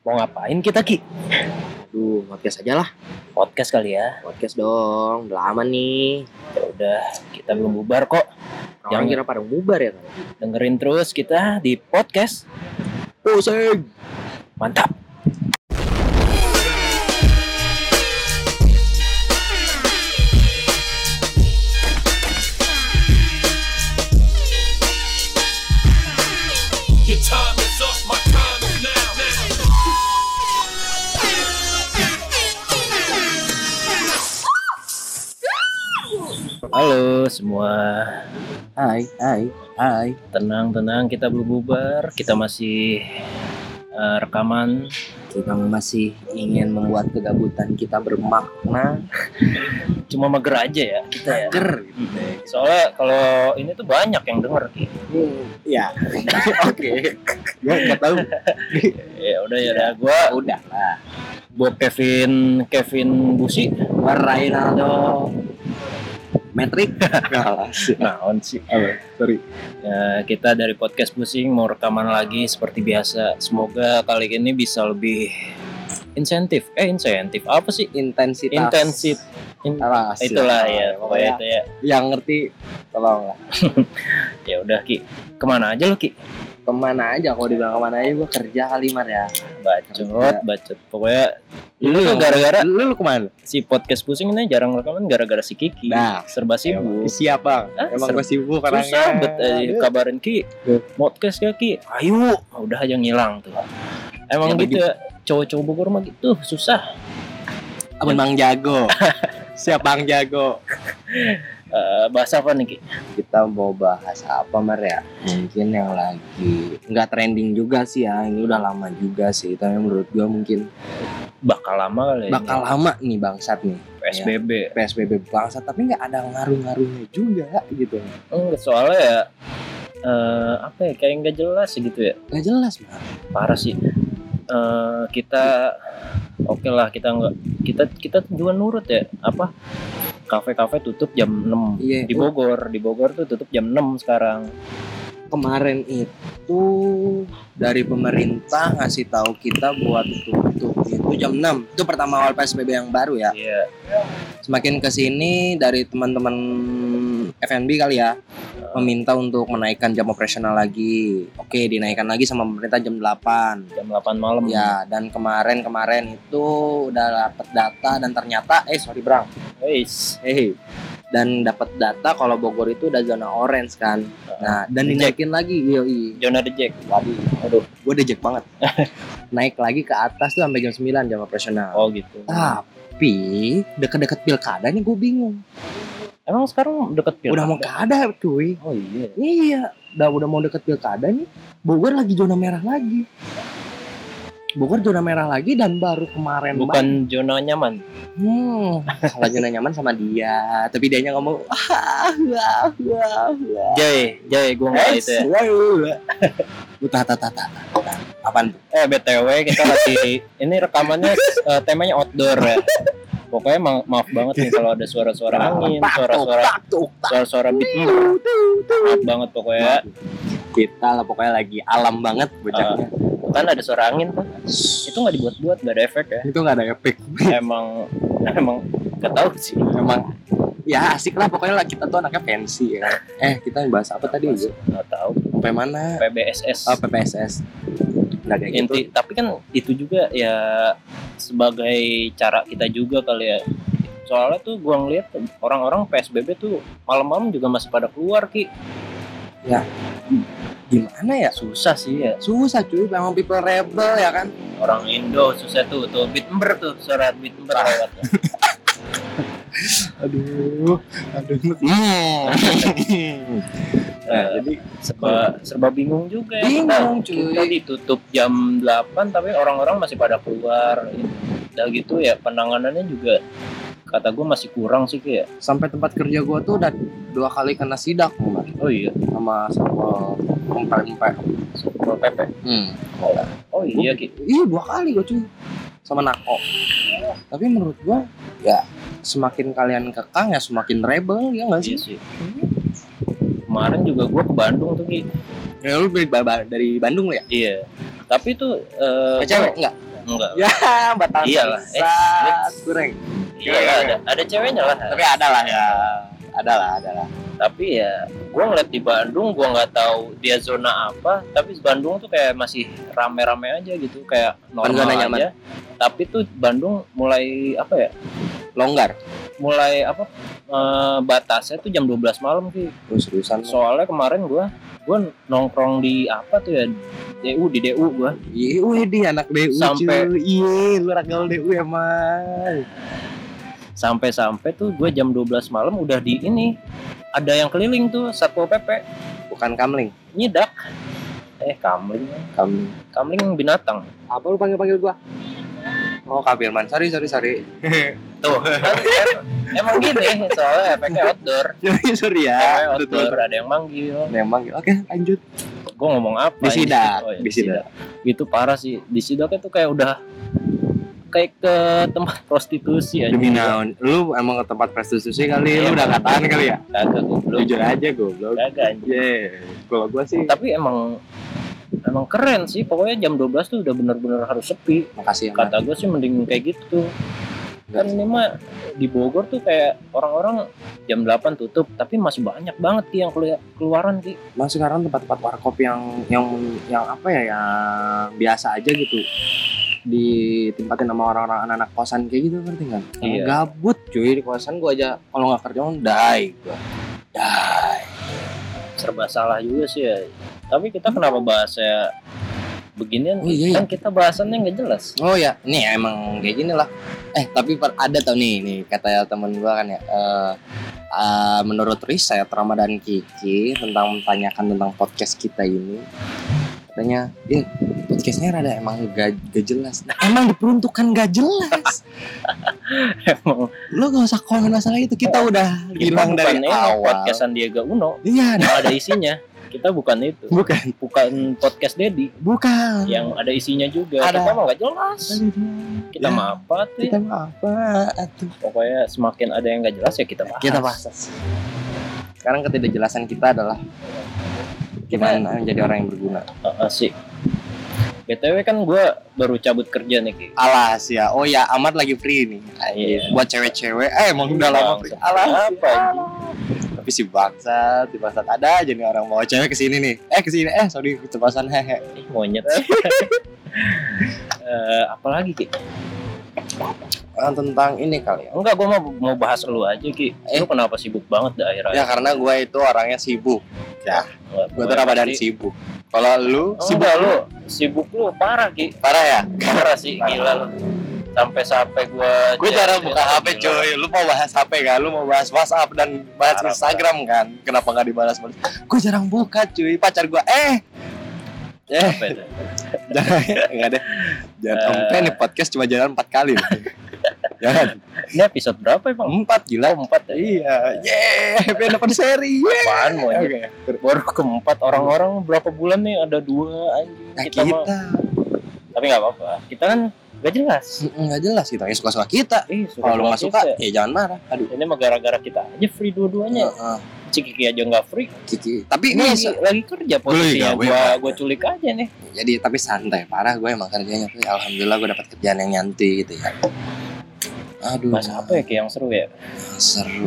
Mau ngapain kita, Ki? Aduh, podcast aja lah. Podcast kali ya. Podcast dong, udah lama nih. Ya udah, kita belum bubar kok. Orang kira pada bubar ya kan? Dengerin terus kita di podcast. Pusing. Mantap. Halo semua. Hai. Tenang, kita belum bubar. Kita masih rekaman. Kita masih ingin membuat kegabutan kita bermakna. Cuma mager aja ya kita ya. Mager. Soalnya kalau ini tuh banyak yang denger, Ki. Ya. Oke. Gue nggak tahu. Ya udah ya, Udah lah. Buat Kevin Busi, Ronaldo. Metrik. naon sih. Sorry. Ya, kita dari podcast Pusing mau rekaman lagi seperti biasa. Semoga kali ini bisa lebih insentif apa sih? Intensitas. Itulah ya, pokoknya itu ya. Yang ngerti tolong lah. Ya udah, Ki. Kemana aja lo, Ki? Kemana aja, kalau dibilang kemana aja gue kerja kali Mar ya. Bacot. Pokoknya lu gara-gara lu kemana? si podcast Pusing ini jarang rekaman gara-gara si Kiki. Nah, serba sibuk. Siap bang. Emang gue sibuk karena susah kabarin Ki. Podcast ya Ki. Ayo, udah aja ngilang tuh. Emang ya, gitu ya. Cowok-cowok Bogor mah gitu susah. Abang Bang Jago. Siap Bang Jago. Bahasa apa nih Ki? Kita mau bahas apa Mar ya? Mungkin yang lagi nggak trending juga sih ya. Ini udah lama juga sih. Tapi menurut gue mungkin bakal lama kali ya. Bakal lama nih bangsat nih. PSBB. Ya, PSBB bangsat. Tapi nggak ada ngaruh-ngaruhnya juga gitu. Soalnya ya apa ya, kayak nggak jelas gitu ya. Nggak jelas Mar. Parah sih. Kita oke lah, kita juga nurut ya. Apa? Kafe-kafe tutup jam 6 di Bogor. Di Bogor tuh tutup jam 6 sekarang. Kemarin itu dari pemerintah ngasih tahu kita buat tutup itu jam 6. Itu pertama awal PSBB yang baru ya. Iya. Semakin kesini dari teman-teman FNB kali ya, meminta untuk menaikkan jam operasional lagi. Oke, dinaikkan lagi sama pemerintah jam 8. Jam 8 malam. Ya, dan kemarin itu udah dapat data dan ternyata dan dapat data kalau Bogor itu udah zona orange kan. Nah, dan dinaikin lagi, zona reject. Aduh, gue dejek banget. Naik lagi ke atas tuh sampai jam 9 jam operasional. Oh gitu. Tapi deket-deket pilkada nih gue bingung. Emang sekarang deket pilkada? Udah mau pilkada cuy. Oh iya. Iya, udah mau deket pilkada nih. Bogor lagi zona merah lagi. Dan baru kemarin bukan zona nyaman. Salah zona nyaman sama dia. Tapi dianya ngomong Jay, gue nggak itu ya. Apaan tuh? BTW kita lagi ini rekamannya temanya outdoor ya. Pokoknya maaf banget nih kalau ada suara-suara angin, suara-suara beat. Maaf banget pokoknya. Kita lah pokoknya lagi alam banget bocahnya. Kan ada suara angin tuh. Itu nggak dibuat-buat, nggak ada efek ya. Itu nggak ada efek. Emang nggak tahu sih. Emang ya asik lah pokoknya lah, kita tuh anaknya fancy ya. Kita bahas apa tadi aja? Nggak tahu. Sampai mana? PBSS. Oh, PPSS. Nggak kayak gitu. Tapi kan itu juga ya sebagai cara kita juga kali ya. Soalnya tuh gua ngeliat orang-orang PSBB tuh malam-malam juga masih pada keluar Ki. Ya. Gimana ya? Susah sih ya. Susah cuy, memang people rebel ya kan. Orang Indo susah tuh beat ember tuh, suara beat ember lewat. Aduh. Jadi serba bingung juga ya. Bingung cuy. Kita ditutup jam 8 tapi orang-orang masih pada keluar. Udah gitu ya penanganannya juga kata gue masih kurang sih kayak. Sampai tempat kerja gue tuh udah 2 kali kena sidak Mar. Oh iya. Sama PP. Oh iya Ki. Iya 2 kali gue cuy. Sama Nako. Tapi menurut gue ya semakin kalian kekang ya semakin rebel ya nggak sih? Iya sih. Kemarin juga gue ke Bandung tuh Ki. Ya lu dari Bandung lu ya? Iya. Tapi tuh cewek enggak? Enggak. Ya, batal. Iyalah. Kurang. Iya, ada ceweknya lah. Tapi ada lah ya. Ada lah. Tapi ya gue ngeliat di Bandung, gue nggak tahu dia zona apa, tapi Bandung tuh kayak masih rame-rame aja gitu, kayak normal aja nyaman. Tapi tuh Bandung mulai apa ya, longgar, mulai apa, batasnya tuh jam 12 malam sih. Seriusan? Soalnya kemarin gue nongkrong di apa tuh ya, di DU gue. Iya, di anak DU sampai lu ragal DU emang. Sampai tuh gue jam 12 malam udah di ini, ada yang keliling tuh Satpol PP. Bukan kamling, nyidak. Kamling binatang. Apa lu panggil gua? Oh, Kak Firman. Sorry. Tuh, emang gini, soalnya efeknya outdoor. Sorry ya. Outdoor, ada yang manggil. Oke, lanjut. Gue ngomong apa? Di Sidak. Itu parah sih. Di Sidaknya tuh kayak udah kayak ke tempat prostitusi aja. Demi naon? Lu emang ke tempat prostitusi kali? Lu udah kataan kali ya? Kagak, goblok. Jujur aja goblok. Kagak anjir. Kalau gua sih. Tapi emang keren sih. Pokoknya jam 12 tuh udah benar-benar harus sepi. Makasih ya. Kata gue sih mending kayak gitu. Kan ini mah di Bogor tuh kayak orang-orang jam 8 tutup, tapi masih banyak banget Ki yang keluaran Ki. Mas sekarang tempat-tempat warkop yang apa ya, yang biasa aja gitu, ditempatin sama orang-orang anak-anak kosan kayak gitu, ngerti kan? Iya. Gabut cuy di kosan gua aja, kalau nggak kerja die. Serba salah juga sih ya. Tapi kita kenapa bahasnya beginian? Iya. Kan kita bahasannya nggak jelas. Oh ya, ini emang kayak gini lah. Tapi ada tau nih kata temen gua kan ya. Menurut riset Ramadan Kiki tentang menanyakan tentang podcast kita ini, katanya, podcastnya rada emang gak jelas. Nah, emang diperuntukkan gak jelas. Emang lo gak usah komen masalah itu. Kita udah bilang dari awal. Podcast Sandiaga Uno. Iya, ada isinya. Kita bukan itu. Bukan podcast Dedi. Bukan. Yang ada isinya juga. Kita mah gak jelas. Kita mah apa tuh? Pokoknya semakin ada yang gak jelas ya kita bahas. Sekarang ketidakjelasan kita adalah gimana menjadi orang yang berguna. Sih. BTW kan gue baru cabut kerja nih Ki. Alas ya. Oh ya, Ahmad lagi free nih. Iya. Buat cewek-cewek emang udah lama free. Alas apa ini? Tapi si bangsat ada aja nih orang bawa cewek kesini nih. Sorry kecepatan hehe. Monyet. Apalagi Ki? Tentang ini kali ya. Enggak, gue mau bahas lu aja Ki. Lu kenapa sibuk banget akhir-akhir? Ya karena gue itu orangnya sibuk. Ya, gue tuh Ramadan sibuk. Kalau lu sibuk, sibuk lu parah Ki. Parah ya? Parah sih, gila lu. Sampai gue jarang buka HP coy. Lu mau bahas HP kan? Lu mau bahas WhatsApp dan bahas Instagram kan? Kenapa gak dibalas? Gue jarang buka cuy. Pacar gue apa itu? Enggak deh. Jangan sampai nih podcast cuma jalan 4 kali. Jangan. Ini episode berapa emang? 4 gila. 4 ya? Iya. Pengen dapat seri. Apaan mau ya? Baru ke-4. Orang-orang berapa bulan nih ada 2 anjing. Nah, kita. Tapi gak apa-apa. Kita kan gak jelas. Gak jelas kita. Ya suka-suka kita. Kalau lu gak suka ya jangan marah. Aduh. Ini mah gara-gara kita aja free dua-duanya. Kiki aja nggak free. Tapi ini lagi kerja posisinya. Gue culik aja nih. Jadi tapi santai parah gue emang kerjanya. Alhamdulillah gue dapat kerjaan yang nyantai gitu ya. Aduh. Mas apa ya yang seru ya? Seru.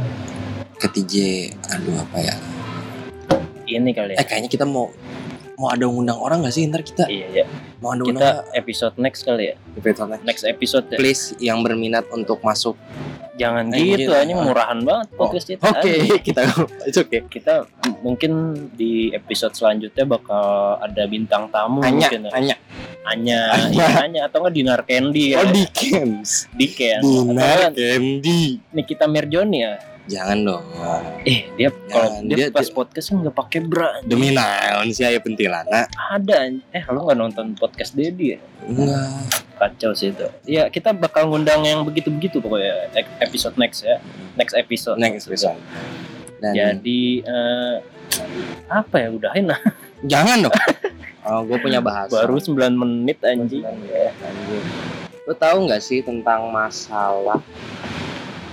Aduh apa ya? Ini kali ya. Kayaknya kita mau ada undang orang nggak sih ntar kita? Iya. Mau ada undang kita episode next kali ya. Next episode ya. Please yang berminat untuk masuk. Jangan gitu, hanya murahan banget podcast kita. Oke, it's okay. Kita mungkin di episode selanjutnya bakal ada bintang tamu. Anya atau nggak Dinar Candy ya? Dinar Candy. Nikita Mirjoni ya? Jangan dong. Dia kalau dia pas podcast nggak pakai bra. Demi naon sih aya pentilana. Ada. Lu nggak nonton podcast Dedi ya? Enggak. Kacau sih itu. Ya kita bakal ngundang yang begitu-begitu pokoknya episode next ya. Next episode. Jadi apa ya, udahin lah. Jangan dong. Gue punya bahasa. Baru 9 menit anjing. Lo tahu nggak sih tentang masalah?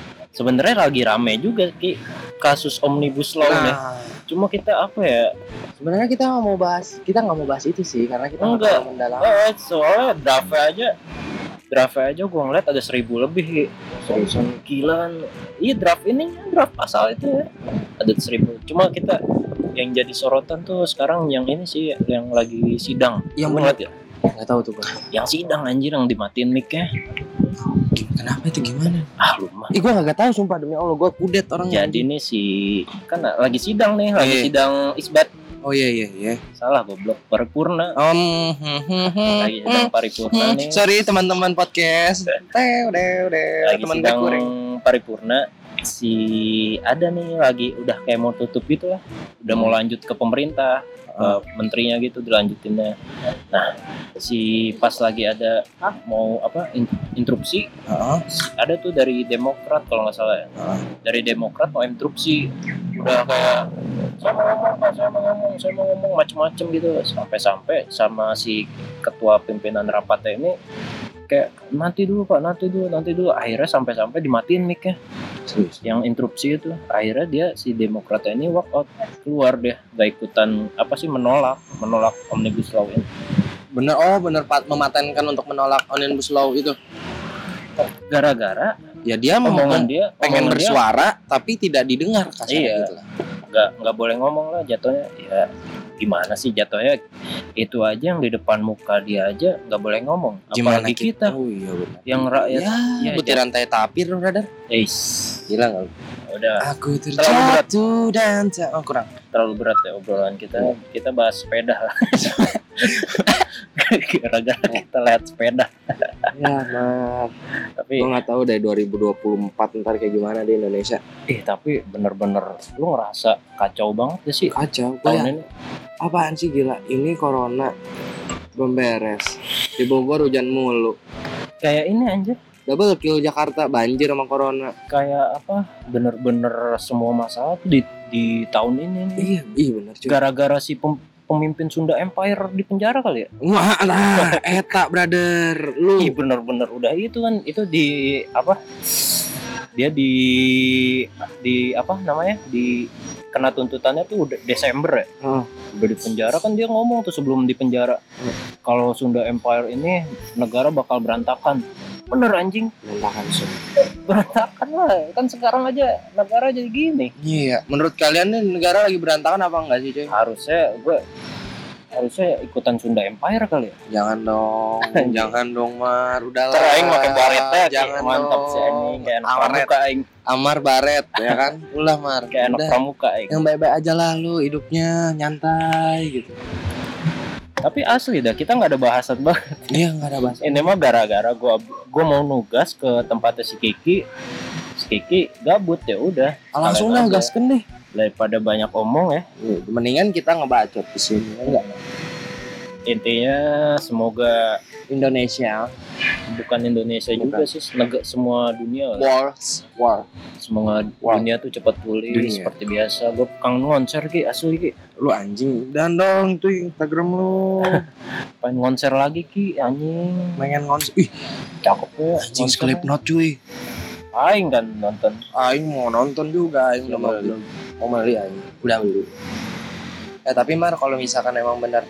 Sebenarnya lagi rame juga Ki kasus Omnibus Law nih. Cuma kita apa ya? Sebenarnya kita nggak mau bahas itu sih karena kita nggak Enggak. terlalu mendalam. Soalnya draft aja gue ngeliat ada 1.000 lebih. Seriusan gilaan. Iya draft pasal itu ya ada 1.000. Cuma kita yang jadi sorotan tuh sekarang yang ini sih yang lagi sidang. Yang ngeliat ya? Nggak tahu tuh gue. Yang sidang anjir yang dimatiin mic-nya. Kenapa itu gimana? Lu mah. Gue nggak tahu sumpah demi Allah gue kudet orangnya. Jadi nih kan lagi sidang nih, sidang isbat. Oh iya. Salah goblok, paripurna. Lagi sidang paripurna nih. Sorry teman-teman podcast. Udah. Lagi sidang paripurna. Ada nih lagi udah kayak mau tutup gitu lah. Udah mau lanjut ke pemerintah. Menterinya gitu dilanjutinnya. Nah, pas lagi ada mau interupsi. Ada tuh dari Demokrat kalau nggak salah ya. Dari Demokrat mau interupsi. Udah kayak saya mau ngomong macem-macem gitu sampai sama si ketua pimpinan rapatnya ini kayak nanti dulu akhirnya sampai dimatiin mic-nya. Yang interupsi itu akhirnya dia si Demokrat ini walk out keluar deh gak ikutan menolak Omnibus Law ini. Bener mematenkan untuk menolak Omnibus Law itu gara-gara ya dia pengen bersuara tapi tidak didengar kasarnya gitu lah. Nggak boleh ngomong lah jatuhnya. Ya gimana sih jatuhnya, itu aja yang di depan muka dia aja nggak boleh ngomong. Apalagi kita benar. Yang rakyat ya butiran tai tapir brother. Gila nggak? Udah. Aku terjatuh dan kurang. Terlalu berat ya obrolan kita. Kita bahas sepeda lah. Gara-gara kita lihat sepeda. Ya maaf. Tapi gue nggak tahu dari 2024 ntar kayak gimana di Indonesia. Tapi bener-bener lu ngerasa kacau banget ya sih. Kacau. Tahun ini. Apaan sih gila? Ini corona belum beres. Di Bogor hujan mulu. Kayak ini anjir. Double kill Jakarta, banjir sama corona. Kayak bener-bener semua masalah tuh di tahun ini nih. Iya bener. Gara-gara si pemimpin Sunda Empire di penjara kali ya? Wah lah, eta brother, lu. Bener-bener udah itu kan, itu dia di kena tuntutannya tuh udah Desember ya. Udah di penjara kan dia ngomong tuh sebelum di penjara. Kalau Sunda Empire ini negara bakal berantakan. Bener anjing. Berantakan lah. Kan sekarang aja negara jadi gini. Iya. Menurut kalian nih negara lagi berantakan apa enggak sih cuy? Harusnya ikutan Sunda Empire kali ya. Jangan dong Mar. Udahlah. Teraing pakai baretnya. Jangan mantap sih anjing. Kayak anak pramuka aing. Amar baret ya kan. Ulah Mar. Kayak anak pramuka aing. Yang baik-baik aja lah lu hidupnya nyantai gitu. Tapi asli dah kita nggak ada bahasan banget. Iya nggak ada bahasan. Ini mah gara-gara gue mau nugas ke tempatnya si Kiki gabut ya udah. Langsung dah gaskan deh. Daripada banyak omong ya. Mendingan kita ngebacot di sini enggak. Intinya semoga Indonesia bukan Indonesia juga sih, semua dunia war. Semoga dunia tuh cepat pulih seperti biasa. Gue kangen konser Ki, asli Ki. Lu anjing, dan dong tuh Instagram lu. Pengen konser lagi Ki, anjing. Pengen konser. Ih, cakep ya. Anjing Slipknot cuy. Aing kan nonton. Aing mau nonton juga, aing mau beli aing. Udah beli. Tapi Mar kalau misalkan emang benar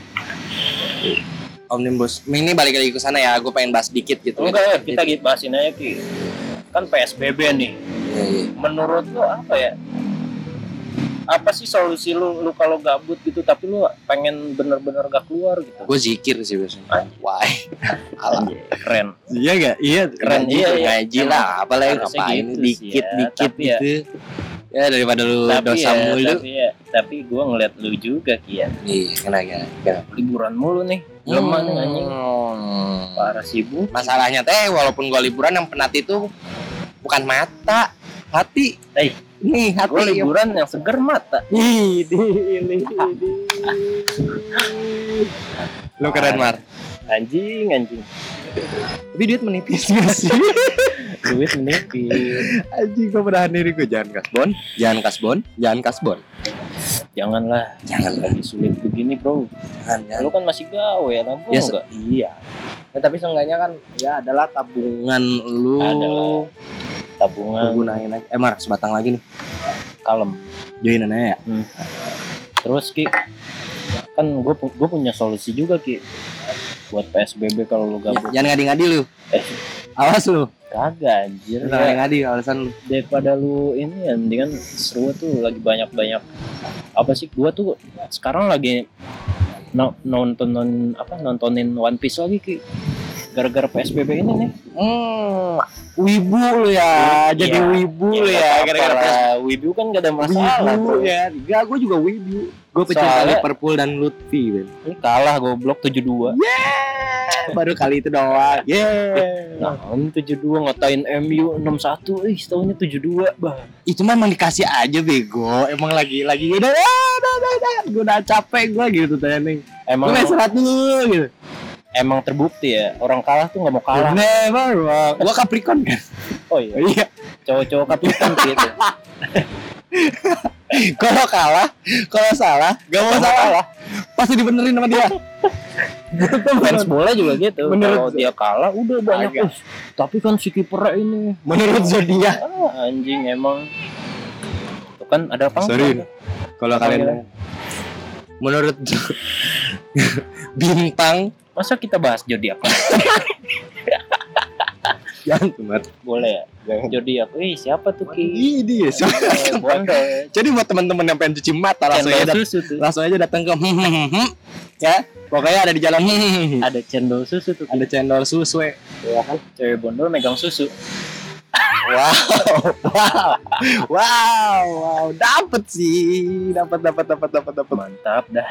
Omnibus, ini balik lagi ke sana ya, gue pengen bahas dikit gitu. Enggak, kita bahasin aja Ki. Kan PSBB nih. Iya. Menurut lu apa ya? Apa sih solusi lu kalau gabut gitu tapi lu pengen bener-bener gak keluar gitu? Gue zikir sih biasanya. Wah, keren. Iya gak? Iya keren. Iya ngaji lah, apalagi ngapain gitu dikit gitu. Ya daripada lu dosa mulu. Tapi gue ngeliat lu juga Kian. Iya, kenapa? Liburan mulu nih. Lemah nih anjing. Parah sibuk. Masalahnya walaupun gue liburan yang penat itu bukan mata, hati. Nih hati. Gue liburan yang seger mata. Ini. Lu keren Mar. Anjing. Tapi duit menipis gak sih? Duit menipis. Anjing gue menahan diri gue. Jangan kasbon. Janganlah. Jangan lagi sulit begini bro. Jangan. Lu kan masih gawe ya lampu enggak? Iya. Tapi seenggaknya kan ya adalah tabungan lu. Adalah tabungan. Gunain aja. Mar sebatang lagi nih. Kalem. Joinan aja ya. Terus Ki, kan gue punya solusi juga Ki buat PSBB kalau lu gabut. Jangan ngadi-ngadi lu. Awas lu. Kagak anjir. Jangan ngadi-ngadi alasan lu. Daripada lu ini ya, mendingan seru tuh lagi banyak-banyak. Apa sih? Gua tuh sekarang lagi nontonin One Piece lagi Ki. Gara-gara PSBB ini nih. Wibu lu ya. Jadi wibu lu ya. Gara-gara wibu kan gak ada masalah. Wibu ya. Enggak, gue juga wibu. Gue pecinta Liverpool dan Lutfi, Ben. Ini kalah goblok 7-2. Baru kali itu doang. Nah, 7-2 ngatain MU 6-1. Setaunya 7-2, bah. Itu memang dikasih aja bego. Emang lagi udah. Gue udah capek gue gitu tanya. Emang gue istirahat dulu gitu. Emang terbukti ya, orang kalah tuh nggak mau kalah. Never. Gua Capricorn kan. Oh iya. Cowok-cowok Capricorn gitu. Kalau kalah, kalau salah, gak mau salah. Pasti dibenerin sama dia. Fans bola juga gitu. Kalau dia kalah udah banyak. Tapi kan si kiper ini menurut zodiak. Anjing emang. Itu kan ada pangkat. Sorry. Kalau kalian menurut bintang, masa kita bahas zodiak? Jangan tuh, boleh ya? Zodiak. Siapa tuh Ki? Ini ya. Jadi buat teman-teman yang pengen cuci mata langsung aja datang ke ya. Pokoknya ada di jalan ada cendol susu tuh. Ada cendol susu ya kan? Cewek bondol megang susu. Wow, dapet sih, dapat. Mantap dah.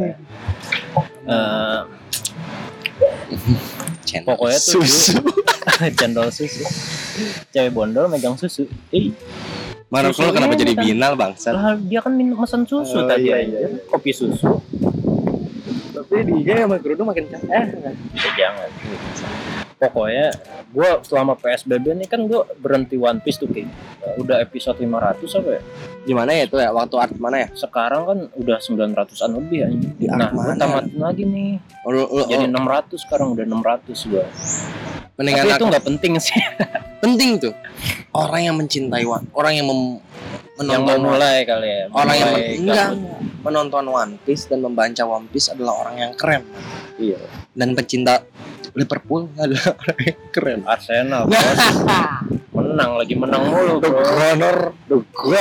Pokoknya tuh susu. Cendol susu. Cewek bondol megang susu. Mana kalau kenapa jadi binal bangsa? Dia kan mesen susu tadi aja. Kopi susu. Tapi dia sama kerudung makin cantik. Jangan. Pokoknya gue selama PSBB ini kan gue berhenti One Piece tuh Ki. Udah episode 500 apa ya? Gimana ya itu ya? Waktu art mana ya? Sekarang kan udah 900-an lebih ya. Nah gue tamatin lagi nih. Jadi 600 sekarang udah 600 gue. Tapi itu gak penting sih. Penting tuh. Orang yang mencintai orang yang menonton mulai kali ya. Orang yang menonton One Piece dan membaca One Piece adalah orang yang keren. Iya. Dan pecinta Liverpool adalah orang yang keren. Arsenal lagi menang mulu bro. The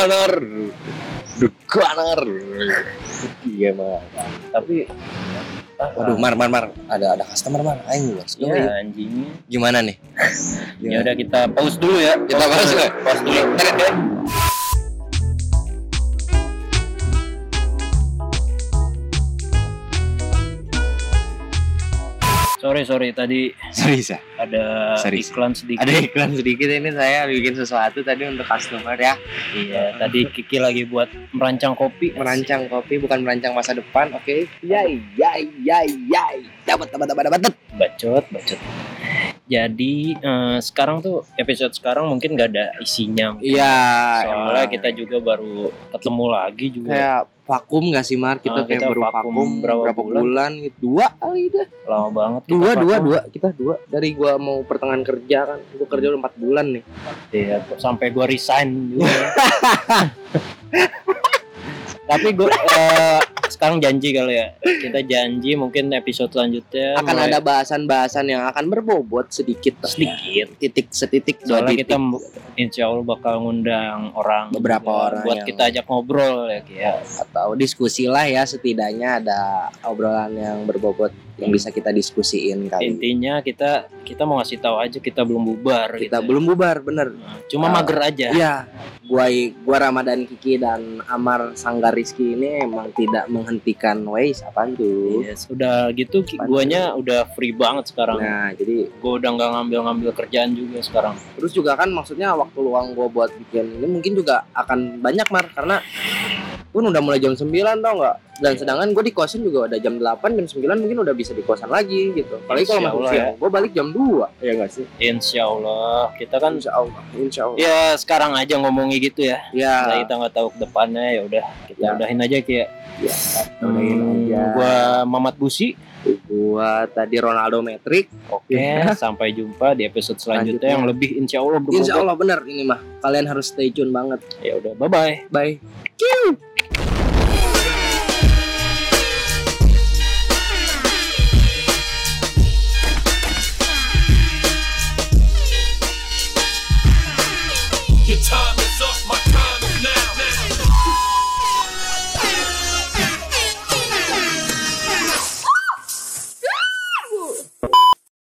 Gunner. Iya mah. Tapi waduh, Mar. Ada customer Mar. Ayo, ya, anjingnya. Gimana nih? Ya udah kita pause dulu ya. Pause dulu. Sorry tadi. Ada iklan sedikit. Ada iklan sedikit ini saya bikin sesuatu tadi untuk customer ya. Iya, tadi Kiki lagi buat merancang kopi. Bukan merancang masa depan, oke? Yay. Dapat. Bacot. Jadi sekarang tuh episode sekarang mungkin gak ada isinya. Iya. Soalnya kita juga baru ketemu lagi juga. Kayak vakum gak sih Mar? Kita baru vakum berapa bulan? 2 kali dah. Lama banget. Kita 2. Dari gua mau pertengahan kerja kan. Gua kerja udah 4 bulan nih. Iya, sampai gua resign juga. Tapi gue sekarang janji kali ya. Kita janji mungkin episode selanjutnya akan ada bahasan-bahasan yang akan berbobot sedikit. Setitik. Soalnya kita insya Allah bakal ngundang beberapa orang buat kita ajak ngobrol ya. Atau diskusi lah ya, setidaknya ada obrolan yang berbobot yang bisa kita diskusiin kali. Intinya kita mau ngasih tahu aja kita belum bubar. Kita belum bubar, bener. Cuma mager aja. Iya. Gua Ramadan Kiki dan Amar Sanggar Rizky ini emang tidak menghentikan ways apaan tuh. Yes, udah gitu guanya udah free banget sekarang. Nah, jadi gua udah enggak ngambil kerjaan juga sekarang. Terus juga kan maksudnya waktu luang gua buat bikin ini mungkin juga akan banyak Mar, karena pun udah mulai jam 9 tau gak? Dan sedangkan gue di kosan juga udah jam 8, jam 9 mungkin udah bisa di kosan lagi gitu. Apalagi kalau masih siang, gue balik jam 2. Ya gak sih? Insya Allah. Kita kan Insya Allah. Ya sekarang aja ngomongin gitu ya. Ya. Kita gak tahu ke depannya, ya udah kita udahin aja kayak. Ya. Udahin aja. Gua Mamat Busi. Gua tadi Ronaldo Metrik. Oke, sampai jumpa di episode selanjutnya yang lebih insya Allah berbobot. Insya Allah bener ini mah. Kalian harus stay tune banget. Ya udah, bye. Bye.